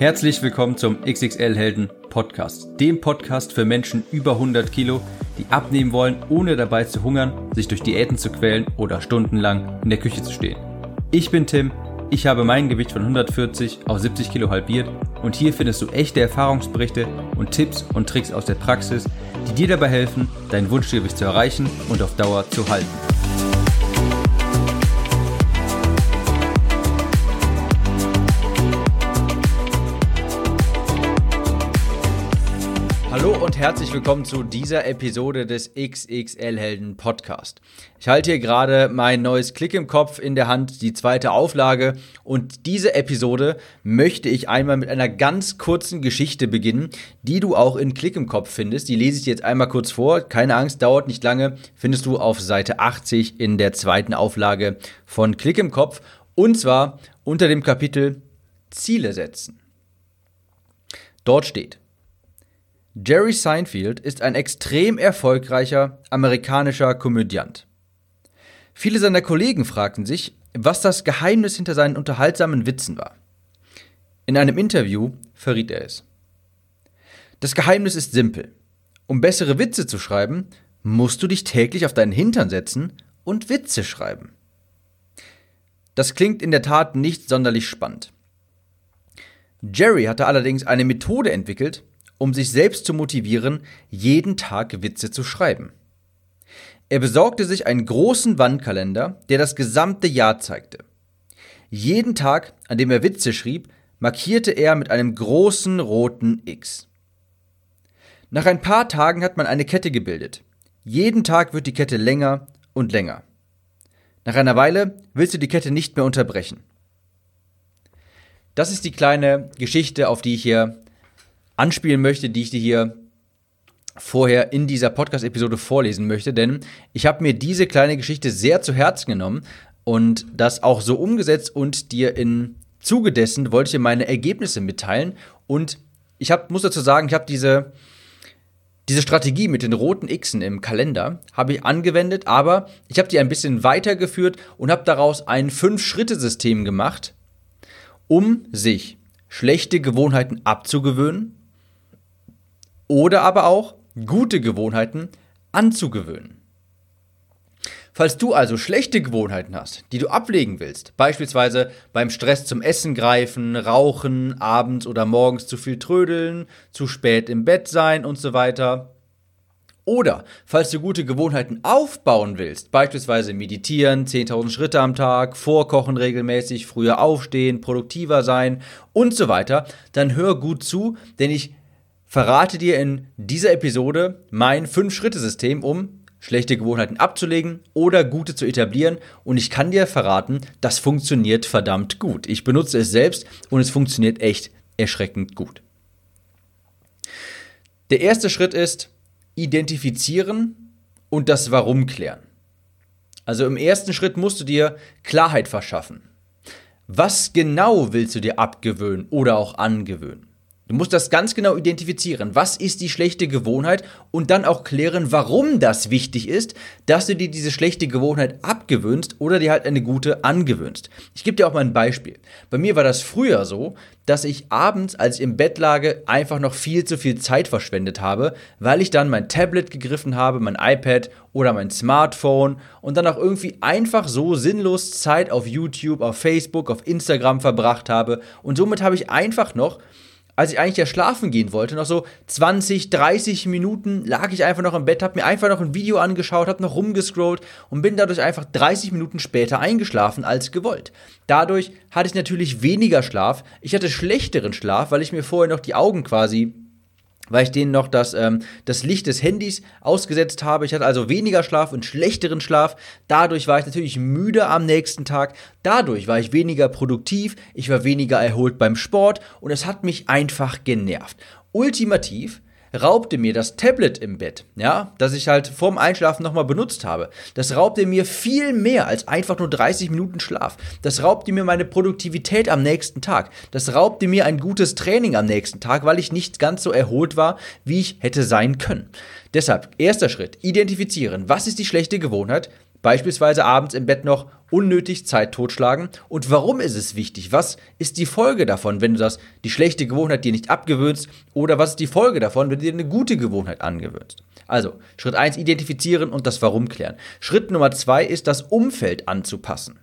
Herzlich willkommen zum XXL Helden Podcast, dem Podcast für Menschen über 100 Kilo, die abnehmen wollen, ohne dabei zu hungern, sich durch Diäten zu quälen oder stundenlang in der Küche zu stehen. Ich bin Tim, ich habe mein Gewicht von 140 auf 70 Kilo halbiert und hier findest du echte Erfahrungsberichte und Tipps und Tricks aus der Praxis, die dir dabei helfen, dein Wunschgewicht zu erreichen und auf Dauer zu halten. Hallo und herzlich willkommen zu dieser Episode des XXL Helden Podcast. Ich halte hier gerade mein neues Klick im Kopf in der Hand, die zweite Auflage, und diese Episode möchte ich einmal mit einer ganz kurzen Geschichte beginnen, die du auch in Klick im Kopf findest. Die lese ich dir jetzt einmal kurz vor, keine Angst, dauert nicht lange, findest du auf Seite 80 in der zweiten Auflage von Klick im Kopf, und zwar unter dem Kapitel Ziele setzen. Dort steht: Jerry Seinfeld ist ein extrem erfolgreicher amerikanischer Komödiant. Viele seiner Kollegen fragten sich, was das Geheimnis hinter seinen unterhaltsamen Witzen war. In einem Interview verriet er es. Das Geheimnis ist simpel. Um bessere Witze zu schreiben, musst du dich täglich auf deinen Hintern setzen und Witze schreiben. Das klingt in der Tat nicht sonderlich spannend. Jerry hatte allerdings eine Methode entwickelt, um sich selbst zu motivieren, jeden Tag Witze zu schreiben. Er besorgte sich einen großen Wandkalender, der das gesamte Jahr zeigte. Jeden Tag, an dem er Witze schrieb, markierte er mit einem großen roten X. Nach ein paar Tagen hat man eine Kette gebildet. Jeden Tag wird die Kette länger und länger. Nach einer Weile willst du die Kette nicht mehr unterbrechen. Das ist die kleine Geschichte, auf die ich hier anspielen möchte, die ich dir hier vorher in dieser Podcast-Episode vorlesen möchte, denn ich habe mir diese kleine Geschichte sehr zu Herzen genommen und das auch so umgesetzt, und dir im Zuge dessen wollte ich dir meine Ergebnisse mitteilen, und muss dazu sagen, ich habe diese Strategie mit den roten Xen im Kalender habe ich angewendet, aber ich habe die ein bisschen weitergeführt und habe daraus ein 5-Schritte-System gemacht, um sich schlechte Gewohnheiten abzugewöhnen oder aber auch gute Gewohnheiten anzugewöhnen. Falls du also schlechte Gewohnheiten hast, die du ablegen willst, beispielsweise beim Stress zum Essen greifen, rauchen, abends oder morgens zu viel trödeln, zu spät im Bett sein und so weiter, oder falls du gute Gewohnheiten aufbauen willst, beispielsweise meditieren, 10.000 Schritte am Tag, vorkochen regelmäßig, früher aufstehen, produktiver sein und so weiter, dann hör gut zu, denn ich verrate dir in dieser Episode mein 5-Schritte-System, um schlechte Gewohnheiten abzulegen oder gute zu etablieren, und ich kann dir verraten, das funktioniert verdammt gut. Ich benutze es selbst und es funktioniert echt erschreckend gut. Der erste Schritt ist identifizieren und das Warum klären. Also im ersten Schritt musst du dir Klarheit verschaffen. Was genau willst du dir abgewöhnen oder auch angewöhnen? Du musst das ganz genau identifizieren. Was ist die schlechte Gewohnheit? Und dann auch klären, warum das wichtig ist, dass du dir diese schlechte Gewohnheit abgewöhnst oder dir halt eine gute angewöhnst. Ich gebe dir auch mal ein Beispiel. Bei mir war das früher so, dass ich abends, als ich im Bett lag, einfach noch viel zu viel Zeit verschwendet habe, weil ich dann mein Tablet gegriffen habe, mein iPad oder mein Smartphone, und dann auch irgendwie einfach so sinnlos Zeit auf YouTube, auf Facebook, auf Instagram verbracht habe. Und somit habe ich einfach noch, als ich eigentlich ja schlafen gehen wollte, noch so 20, 30 Minuten lag ich einfach noch im Bett, habe mir einfach noch ein Video angeschaut, habe noch rumgescrollt und bin dadurch einfach 30 Minuten später eingeschlafen als gewollt. Dadurch hatte ich natürlich weniger Schlaf, ich hatte schlechteren Schlaf, weil ich mir vorher noch die Augen weil ich denen noch das Licht des Handys ausgesetzt habe. Ich hatte also weniger Schlaf und schlechteren Schlaf. Dadurch war ich natürlich müde am nächsten Tag. Dadurch war ich weniger produktiv. Ich war weniger erholt beim Sport. Und es hat mich einfach genervt. Ultimativ raubte mir das Tablet im Bett, ja, das ich halt vorm Einschlafen nochmal benutzt habe. Das raubte mir viel mehr als einfach nur 30 Minuten Schlaf. Das raubte mir meine Produktivität am nächsten Tag. Das raubte mir ein gutes Training am nächsten Tag, weil ich nicht ganz so erholt war, wie ich hätte sein können. Deshalb, erster Schritt, identifizieren. Was ist die schlechte Gewohnheit? Beispielsweise abends im Bett noch unnötig Zeit totschlagen und warum ist es wichtig? Was ist die Folge davon, wenn du die schlechte Gewohnheit dir nicht abgewöhnst oder was ist die Folge davon, wenn du dir eine gute Gewohnheit angewöhnst? Also, Schritt 1 identifizieren und das Warum klären. Schritt Nummer 2 ist das Umfeld anzupassen.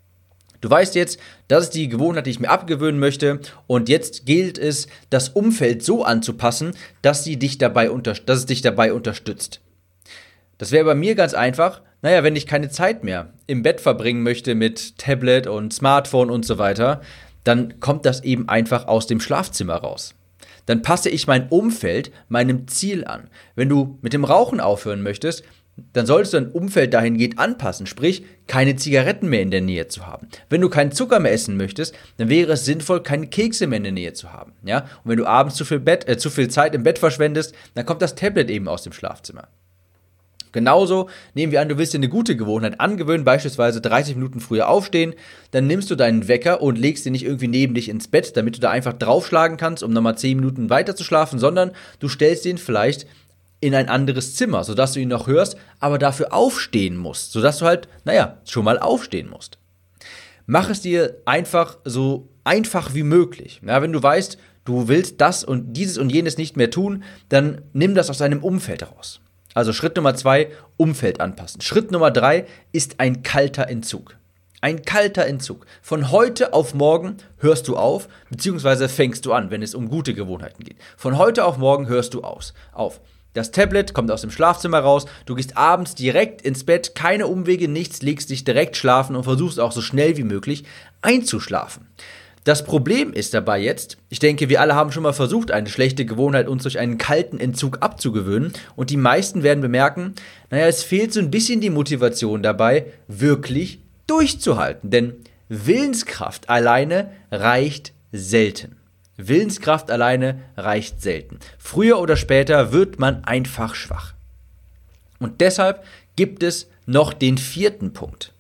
Du weißt jetzt, das ist die Gewohnheit, die ich mir abgewöhnen möchte und jetzt gilt es, das Umfeld so anzupassen, dass es dich dabei unterstützt. Das wäre bei mir ganz einfach, wenn ich keine Zeit mehr im Bett verbringen möchte mit Tablet und Smartphone und so weiter, dann kommt das eben einfach aus dem Schlafzimmer raus. Dann passe ich mein Umfeld meinem Ziel an. Wenn du mit dem Rauchen aufhören möchtest, dann solltest du dein Umfeld dahingehend anpassen, sprich, keine Zigaretten mehr in der Nähe zu haben. Wenn du keinen Zucker mehr essen möchtest, dann wäre es sinnvoll, keine Kekse mehr in der Nähe zu haben. Ja? Und wenn du abends zu viel Zeit im Bett verschwendest, dann kommt das Tablet eben aus dem Schlafzimmer. Genauso nehmen wir an, du willst dir eine gute Gewohnheit angewöhnen, beispielsweise 30 Minuten früher aufstehen, dann nimmst du deinen Wecker und legst den nicht irgendwie neben dich ins Bett, damit du da einfach draufschlagen kannst, um nochmal 10 Minuten weiter zu schlafen, sondern du stellst den vielleicht in ein anderes Zimmer, sodass du ihn noch hörst, aber dafür aufstehen musst, sodass du schon mal aufstehen musst. Mach es dir einfach so einfach wie möglich. Ja, wenn du weißt, du willst das und dieses und jenes nicht mehr tun, dann nimm das aus deinem Umfeld raus. Also Schritt Nummer 2, Umfeld anpassen. Schritt Nummer 3 ist ein kalter Entzug. Ein kalter Entzug. Von heute auf morgen hörst du auf, beziehungsweise fängst du an, wenn es um gute Gewohnheiten geht. Von heute auf morgen hörst du auf. Das Tablet kommt aus dem Schlafzimmer raus, du gehst abends direkt ins Bett, keine Umwege, nichts, legst dich direkt schlafen und versuchst auch so schnell wie möglich einzuschlafen. Das Problem ist dabei jetzt, ich denke, wir alle haben schon mal versucht, eine schlechte Gewohnheit uns durch einen kalten Entzug abzugewöhnen und die meisten werden bemerken, es fehlt so ein bisschen die Motivation dabei, wirklich durchzuhalten, denn Willenskraft alleine reicht selten. Willenskraft alleine reicht selten. Früher oder später wird man einfach schwach. Und deshalb gibt es noch den 4. Punkt.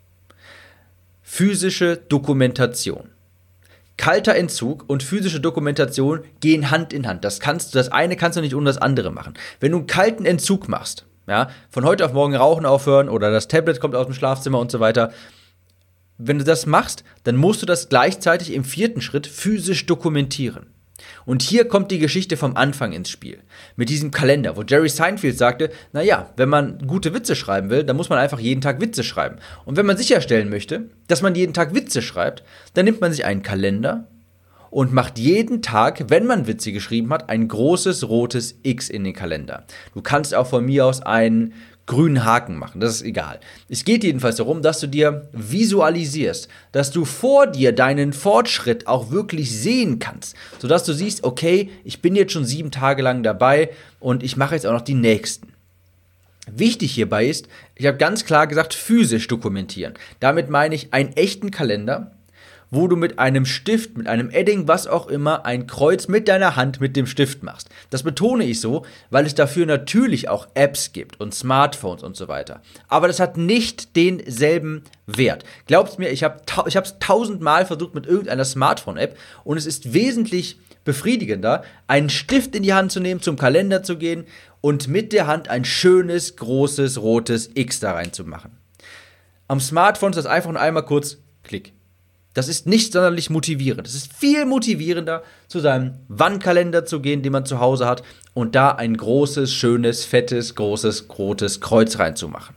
Physische Dokumentation. Kalter Entzug und physische Dokumentation gehen Hand in Hand. Das eine kannst du nicht ohne das andere machen. Wenn du einen kalten Entzug machst, von heute auf morgen Rauchen aufhören oder das Tablet kommt aus dem Schlafzimmer und so weiter, wenn du das machst, dann musst du das gleichzeitig im 4. Schritt physisch dokumentieren. Und hier kommt die Geschichte vom Anfang ins Spiel. Mit diesem Kalender, wo Jerry Seinfeld sagte, wenn man gute Witze schreiben will, dann muss man einfach jeden Tag Witze schreiben. Und wenn man sicherstellen möchte, dass man jeden Tag Witze schreibt, dann nimmt man sich einen Kalender und macht jeden Tag, wenn man Witze geschrieben hat, ein großes rotes X in den Kalender. Du kannst auch von mir aus einen grünen Haken machen, das ist egal. Es geht jedenfalls darum, dass du dir visualisierst, dass du vor dir deinen Fortschritt auch wirklich sehen kannst, sodass du siehst, okay, ich bin jetzt schon 7 Tage lang dabei und ich mache jetzt auch noch die nächsten. Wichtig hierbei ist, ich habe ganz klar gesagt, physisch dokumentieren. Damit meine ich einen echten Kalender, wo du mit einem Stift, mit einem Edding, was auch immer, ein Kreuz mit deiner Hand mit dem Stift machst. Das betone ich so, weil es dafür natürlich auch Apps gibt und Smartphones und so weiter. Aber das hat nicht denselben Wert. Glaubst mir, ich habe es 1000-mal versucht mit irgendeiner Smartphone-App und es ist wesentlich befriedigender, einen Stift in die Hand zu nehmen, zum Kalender zu gehen und mit der Hand ein schönes, großes, rotes X da reinzumachen. Am Smartphone ist das einfach nur einmal kurz Klick. Das ist nicht sonderlich motivierend. Es ist viel motivierender, zu seinem Wandkalender zu gehen, den man zu Hause hat, und da ein großes, schönes, fettes, großes, rotes Kreuz reinzumachen.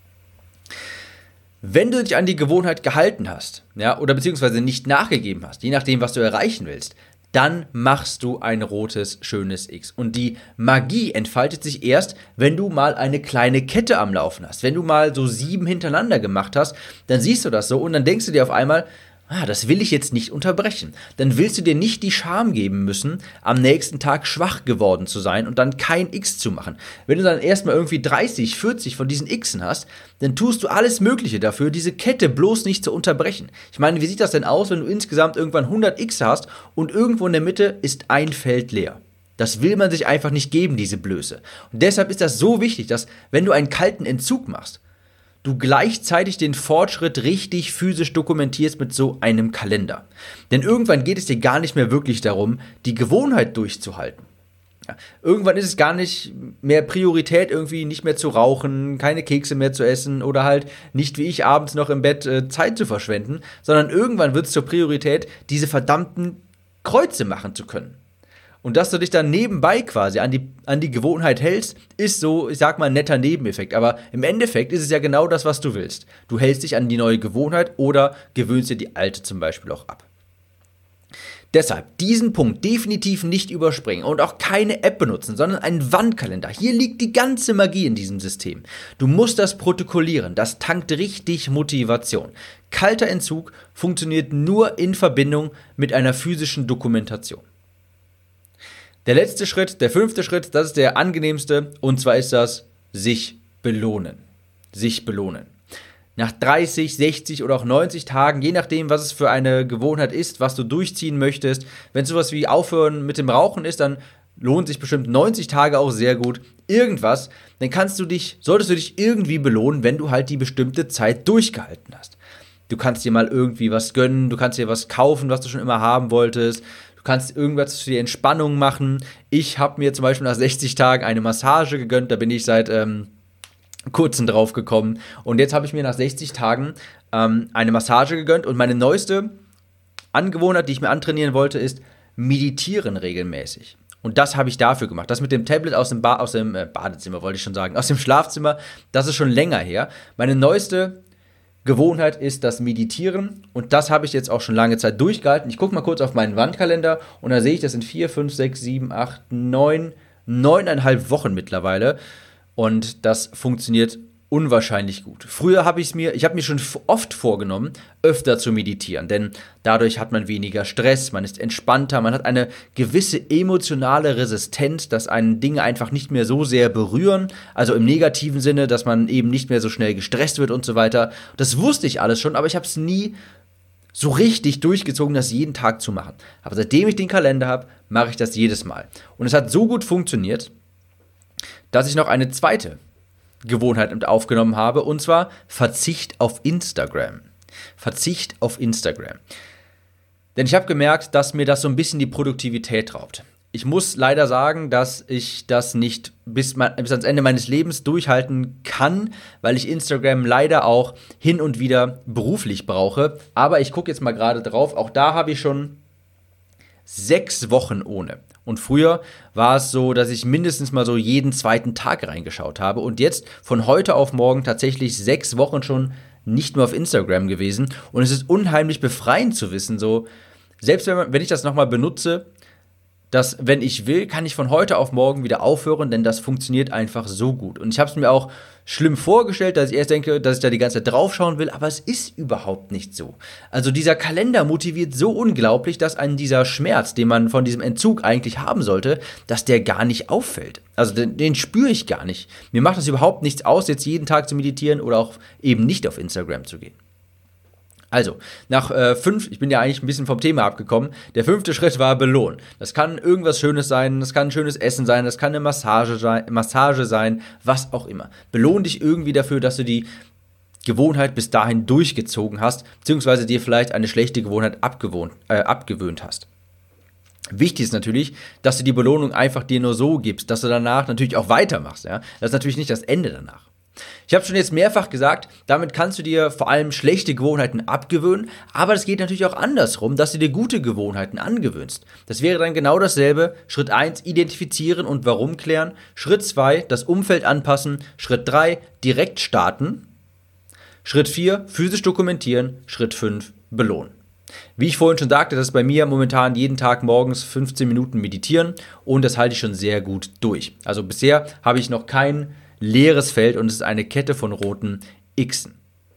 Wenn du dich an die Gewohnheit gehalten hast, oder beziehungsweise nicht nachgegeben hast, je nachdem, was du erreichen willst, dann machst du ein rotes, schönes X. Und die Magie entfaltet sich erst, wenn du mal eine kleine Kette am Laufen hast. Wenn du mal so 7 hintereinander gemacht hast, dann siehst du das so und dann denkst du dir auf einmal, das will ich jetzt nicht unterbrechen. Dann willst du dir nicht die Scham geben müssen, am nächsten Tag schwach geworden zu sein und dann kein X zu machen. Wenn du dann erstmal irgendwie 30, 40 von diesen Xen hast, dann tust du alles Mögliche dafür, diese Kette bloß nicht zu unterbrechen. Ich meine, wie sieht das denn aus, wenn du insgesamt irgendwann 100 X hast und irgendwo in der Mitte ist ein Feld leer? Das will man sich einfach nicht geben, diese Blöße. Und deshalb ist das so wichtig, dass, wenn du einen kalten Entzug machst, du gleichzeitig den Fortschritt richtig physisch dokumentierst mit so einem Kalender. Denn irgendwann geht es dir gar nicht mehr wirklich darum, die Gewohnheit durchzuhalten. Ja, irgendwann ist es gar nicht mehr Priorität, irgendwie nicht mehr zu rauchen, keine Kekse mehr zu essen oder halt nicht wie ich abends noch im Bett Zeit zu verschwenden, sondern irgendwann wird es zur Priorität, diese verdammten Kreuze machen zu können. Und dass du dich dann nebenbei quasi an die Gewohnheit hältst, ist so, ich sag mal, ein netter Nebeneffekt. Aber im Endeffekt ist es ja genau das, was du willst. Du hältst dich an die neue Gewohnheit oder gewöhnst dir die alte zum Beispiel auch ab. Deshalb diesen Punkt definitiv nicht überspringen und auch keine App benutzen, sondern einen Wandkalender. Hier liegt die ganze Magie in diesem System. Du musst das protokollieren, das tankt richtig Motivation. Kalter Entzug funktioniert nur in Verbindung mit einer physischen Dokumentation. Der letzte Schritt, der 5. Schritt, das ist der angenehmste, und zwar ist das sich belohnen. Sich belohnen. Nach 30, 60 oder auch 90 Tagen, je nachdem, was es für eine Gewohnheit ist, was du durchziehen möchtest. Wenn es sowas wie Aufhören mit dem Rauchen ist, dann lohnt sich bestimmt 90 Tage auch sehr gut. Irgendwas, dann solltest du dich irgendwie belohnen, wenn du halt die bestimmte Zeit durchgehalten hast. Du kannst dir mal irgendwie was gönnen, du kannst dir was kaufen, was du schon immer haben wolltest. Du kannst irgendwas für die Entspannung machen. Ich habe mir zum Beispiel nach 60 Tagen eine Massage gegönnt, da bin ich seit kurzem drauf gekommen. Und jetzt habe ich mir nach 60 Tagen eine Massage gegönnt. Und meine neueste Angewohnheit, die ich mir antrainieren wollte, ist meditieren regelmäßig. Und das habe ich dafür gemacht. Das mit dem Tablet aus dem Badezimmer, wollte ich schon sagen, aus dem Schlafzimmer, das ist schon länger her. Meine neueste Gewohnheit ist das Meditieren. Und das habe ich jetzt auch schon lange Zeit durchgehalten. Ich gucke mal kurz auf meinen Wandkalender und da sehe ich, das sind 4, 5, 6, 7, 8, 9,5 Wochen mittlerweile. Und das funktioniert unwahrscheinlich gut. Früher habe ich mir schon oft vorgenommen, öfter zu meditieren, denn dadurch hat man weniger Stress, man ist entspannter, man hat eine gewisse emotionale Resistenz, dass einen Dinge einfach nicht mehr so sehr berühren, also im negativen Sinne, dass man eben nicht mehr so schnell gestresst wird und so weiter. Das wusste ich alles schon, aber ich habe es nie so richtig durchgezogen, das jeden Tag zu machen. Aber seitdem ich den Kalender habe, mache ich das jedes Mal. Und es hat so gut funktioniert, dass ich noch eine zweite Gewohnheit mit aufgenommen habe, und zwar Verzicht auf Instagram. Verzicht auf Instagram. Denn ich habe gemerkt, dass mir das so ein bisschen die Produktivität raubt. Ich muss leider sagen, dass ich das nicht bis ans Ende meines Lebens durchhalten kann, weil ich Instagram leider auch hin und wieder beruflich brauche. Aber ich gucke jetzt mal gerade drauf, auch da habe ich schon 6 Wochen ohne. Und früher war es so, dass ich mindestens mal so jeden zweiten Tag reingeschaut habe. Und jetzt von heute auf morgen tatsächlich 6 Wochen schon nicht mehr auf Instagram gewesen. Und es ist unheimlich befreiend zu wissen, so, selbst wenn ich das nochmal benutze, dass, wenn ich will, kann ich von heute auf morgen wieder aufhören, denn das funktioniert einfach so gut. Und ich habe es mir auch schlimm vorgestellt, dass ich erst denke, dass ich da die ganze Zeit draufschauen will, aber es ist überhaupt nicht so. Also dieser Kalender motiviert so unglaublich, dass einen dieser Schmerz, den man von diesem Entzug eigentlich haben sollte, dass der gar nicht auffällt. Also den spüre ich gar nicht. Mir macht das überhaupt nichts aus, jetzt jeden Tag zu meditieren oder auch eben nicht auf Instagram zu gehen. Also, nach 5, ich bin ja eigentlich ein bisschen vom Thema abgekommen, der 5. Schritt war belohnen. Das kann irgendwas Schönes sein, das kann ein schönes Essen sein, das kann eine Massage sein, was auch immer. Belohn dich irgendwie dafür, dass du die Gewohnheit bis dahin durchgezogen hast, beziehungsweise dir vielleicht eine schlechte Gewohnheit abgewöhnt hast. Wichtig ist natürlich, dass du die Belohnung einfach dir nur so gibst, dass du danach natürlich auch weitermachst. Ja? Das ist natürlich nicht das Ende danach. Ich habe schon jetzt mehrfach gesagt, damit kannst du dir vor allem schlechte Gewohnheiten abgewöhnen, aber es geht natürlich auch andersrum, dass du dir gute Gewohnheiten angewöhnst. Das wäre dann genau dasselbe. Schritt 1, identifizieren und warum klären. Schritt 2, das Umfeld anpassen. Schritt 3, direkt starten. Schritt 4, physisch dokumentieren. Schritt 5, belohnen. Wie ich vorhin schon sagte, das ist bei mir momentan jeden Tag morgens 15 Minuten meditieren und das halte ich schon sehr gut durch. Also bisher habe ich noch kein leeres Feld und es ist eine Kette von roten Xen.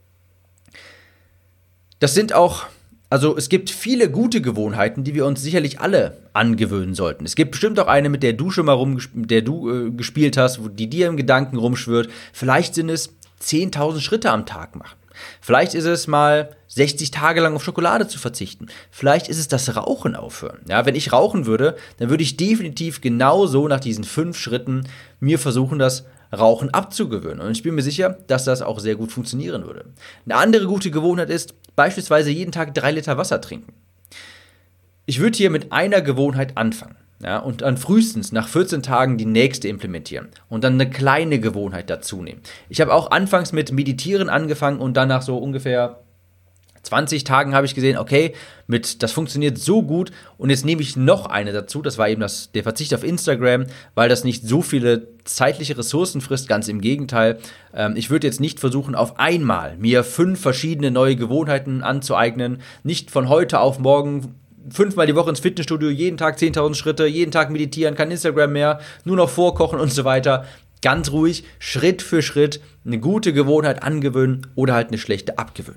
Das sind auch, also es gibt viele gute Gewohnheiten, die wir uns sicherlich alle angewöhnen sollten. Es gibt bestimmt auch eine, mit der du schon mal gespielt hast, die dir im Gedanken rumschwirrt. Vielleicht sind es 10.000 Schritte am Tag machen. Vielleicht ist es mal 60 Tage lang auf Schokolade zu verzichten. Vielleicht ist es das Rauchen aufhören. Ja, wenn ich rauchen würde, dann würde ich definitiv genauso nach diesen 5 Schritten mir versuchen, das Rauchen abzugewöhnen. Und ich bin mir sicher, dass das auch sehr gut funktionieren würde. Eine andere gute Gewohnheit ist, beispielsweise jeden Tag 3 Liter Wasser trinken. Ich würde hier mit einer Gewohnheit anfangen. Ja, und dann frühestens nach 14 Tagen die nächste implementieren und dann eine kleine Gewohnheit dazu nehmen. Ich habe auch anfangs mit Meditieren angefangen und dann nach so ungefähr 20 Tagen habe ich gesehen, okay, das funktioniert so gut und jetzt nehme ich noch eine dazu, das war eben der Verzicht auf Instagram, weil das nicht so viele zeitliche Ressourcen frisst, ganz im Gegenteil. Ich würde jetzt nicht versuchen, auf einmal mir 5 verschiedene neue Gewohnheiten anzueignen, nicht von heute auf morgen 5-mal die Woche ins Fitnessstudio, jeden Tag 10.000 Schritte, jeden Tag meditieren, kein Instagram mehr, nur noch vorkochen und so weiter. Ganz ruhig, Schritt für Schritt eine gute Gewohnheit angewöhnen oder halt eine schlechte abgewöhnen.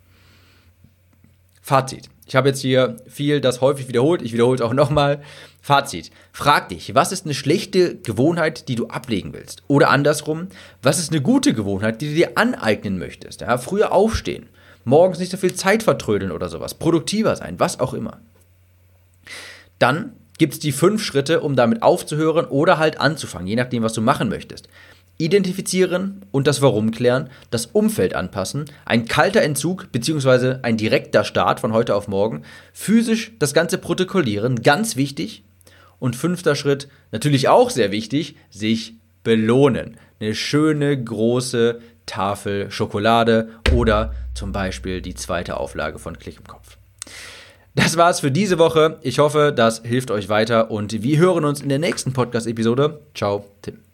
Fazit. Ich habe jetzt hier das häufig wiederholt, ich wiederhole es auch nochmal. Fazit. Frag dich, was ist eine schlechte Gewohnheit, die du ablegen willst? Oder andersrum, was ist eine gute Gewohnheit, die du dir aneignen möchtest? Ja, früher aufstehen, morgens nicht so viel Zeit vertrödeln oder sowas, produktiver sein, was auch immer. Dann gibt es die 5 Schritte, um damit aufzuhören oder halt anzufangen, je nachdem, was du machen möchtest. Identifizieren und das Warum klären, das Umfeld anpassen, ein kalter Entzug bzw. ein direkter Start von heute auf morgen, physisch das Ganze protokollieren, ganz wichtig. Und 5. Schritt, natürlich auch sehr wichtig, sich belohnen. Eine schöne große Tafel Schokolade oder zum Beispiel die 2. Auflage von Klick im Kopf. Das war's für diese Woche. Ich hoffe, das hilft euch weiter und wir hören uns in der nächsten Podcast-Episode. Ciao, Tim.